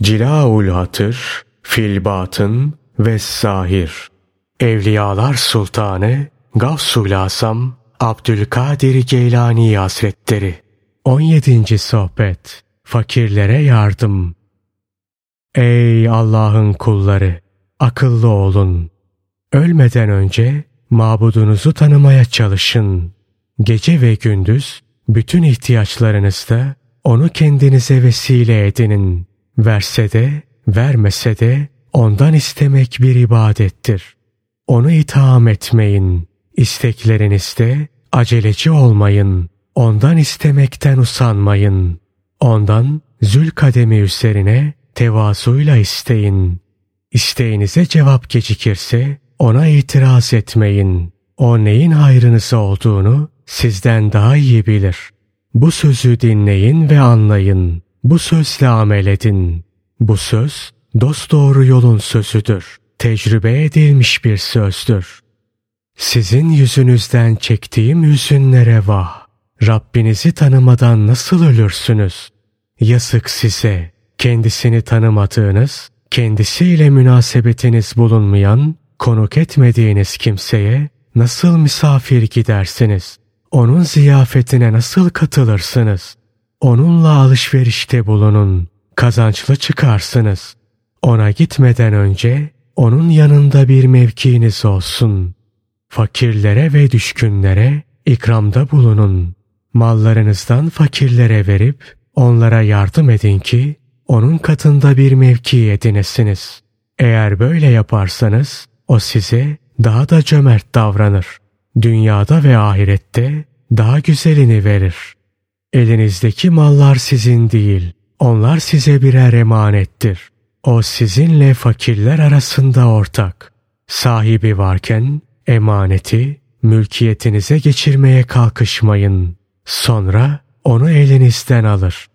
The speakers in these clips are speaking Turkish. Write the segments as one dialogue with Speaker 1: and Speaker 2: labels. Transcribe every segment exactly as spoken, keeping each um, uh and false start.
Speaker 1: Cilaul Hatır, Fil Batın ve Zahir. Evliyalar Sultanı Gavsul Azam Abdülkadir Geylani Hazretleri. on yedinci sohbet. Fakirlere yardım. Ey Allah'ın kulları, akıllı olun. Ölmeden önce mabudunuzu tanımaya çalışın. Gece ve gündüz bütün ihtiyaçlarınızda onu kendinize vesile edinin. Verse de vermese de ondan istemek bir ibadettir. Onu itham etmeyin. İsteklerinizde aceleci olmayın. Ondan istemekten usanmayın. Ondan zül kademi üzerine tevazuyla isteyin. İsteğinize cevap gecikirse ona itiraz etmeyin. O neyin hayrınıza olduğunu sizden daha iyi bilir. Bu sözü dinleyin ve anlayın. Bu sözle amel edin. Bu söz dosdoğru yolun sözüdür. Tecrübe edilmiş bir sözdür. Sizin yüzünüzden çektiğim hüzünlere vah. Rabbinizi tanımadan nasıl ölürsünüz? Yazık size. Kendisini tanımadığınız, kendisiyle münasebetiniz bulunmayan, konuk etmediğiniz kimseye nasıl misafir gidersiniz? Onun ziyafetine nasıl katılırsınız? Onunla alışverişte bulunun, kazançlı çıkarsınız. Ona gitmeden önce onun yanında bir mevkiiniz olsun. Fakirlere ve düşkünlere ikramda bulunun. Mallarınızdan fakirlere verip onlara yardım edin ki onun katında bir mevki edinesiniz. Eğer böyle yaparsanız o size daha da cömert davranır. Dünyada ve ahirette daha güzelini verir. Elinizdeki mallar sizin değil, onlar size birer emanettir. O sizinle fakirler arasında ortak. Sahibi varken emaneti mülkiyetinize geçirmeye kalkışmayın. Sonra onu elinizden alır.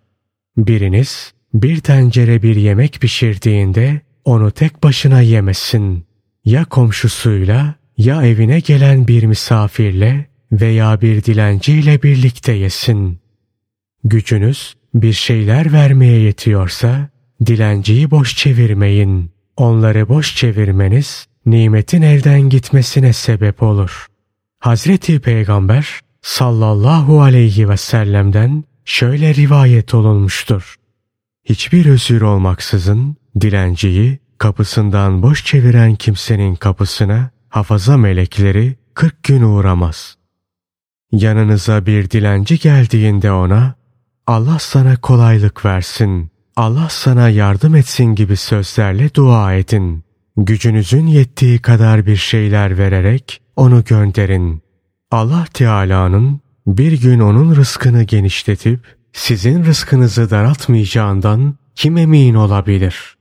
Speaker 1: Biriniz bir tencere bir yemek pişirdiğinde onu tek başına yemesin. Ya komşusuyla ya evine gelen bir misafirle veya bir dilenciyle birlikte yesin. Gücünüz bir şeyler vermeye yetiyorsa dilenciyi boş çevirmeyin. Onları boş çevirmeniz nimetin elden gitmesine sebep olur. Hazreti Peygamber sallallahu aleyhi ve sellem'den şöyle rivayet olunmuştur. Hiçbir özür olmaksızın dilenciyi kapısından boş çeviren kimsenin kapısına hafaza melekleri kırk gün uğramaz. Yanınıza bir dilenci geldiğinde ona Allah sana kolaylık versin, Allah sana yardım etsin gibi sözlerle dua edin. Gücünüzün yettiği kadar bir şeyler vererek onu gönderin. Allah Teala'nın bir gün onun rızkını genişletip sizin rızkınızı daraltmayacağından kim emin olabilir?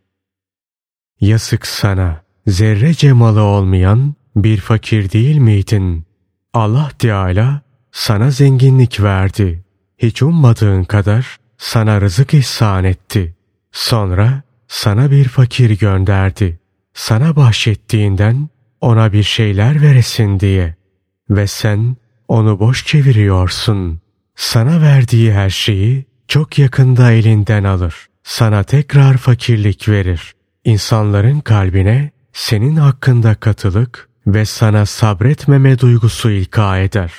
Speaker 1: Yazık sana, zerrece malı olmayan bir fakir değil miydin? Allah Teala sana zenginlik verdi. Hiç ummadığın kadar sana rızık ihsan etti. Sonra sana bir fakir gönderdi. Sana bahşettiğinden ona bir şeyler veresin diye. Ve sen onu boş çeviriyorsun. Sana verdiği her şeyi çok yakında elinden alır. Sana tekrar fakirlik verir. İnsanların kalbine senin hakkında katılık ve sana sabretmeme duygusu ilka eder.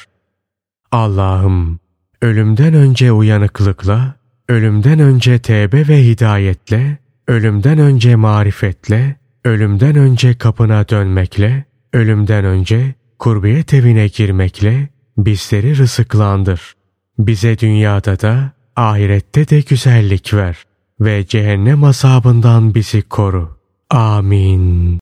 Speaker 1: Allah'ım, ölümden önce uyanıklıkla, ölümden önce tevbe ve hidayetle, ölümden önce marifetle, ölümden önce kapına dönmekle, ölümden önce kurbiyet evine girmekle bizleri rızıklandır. Bize dünyada da ahirette de güzellik ver ve cehennem azabından bizi koru. Amin.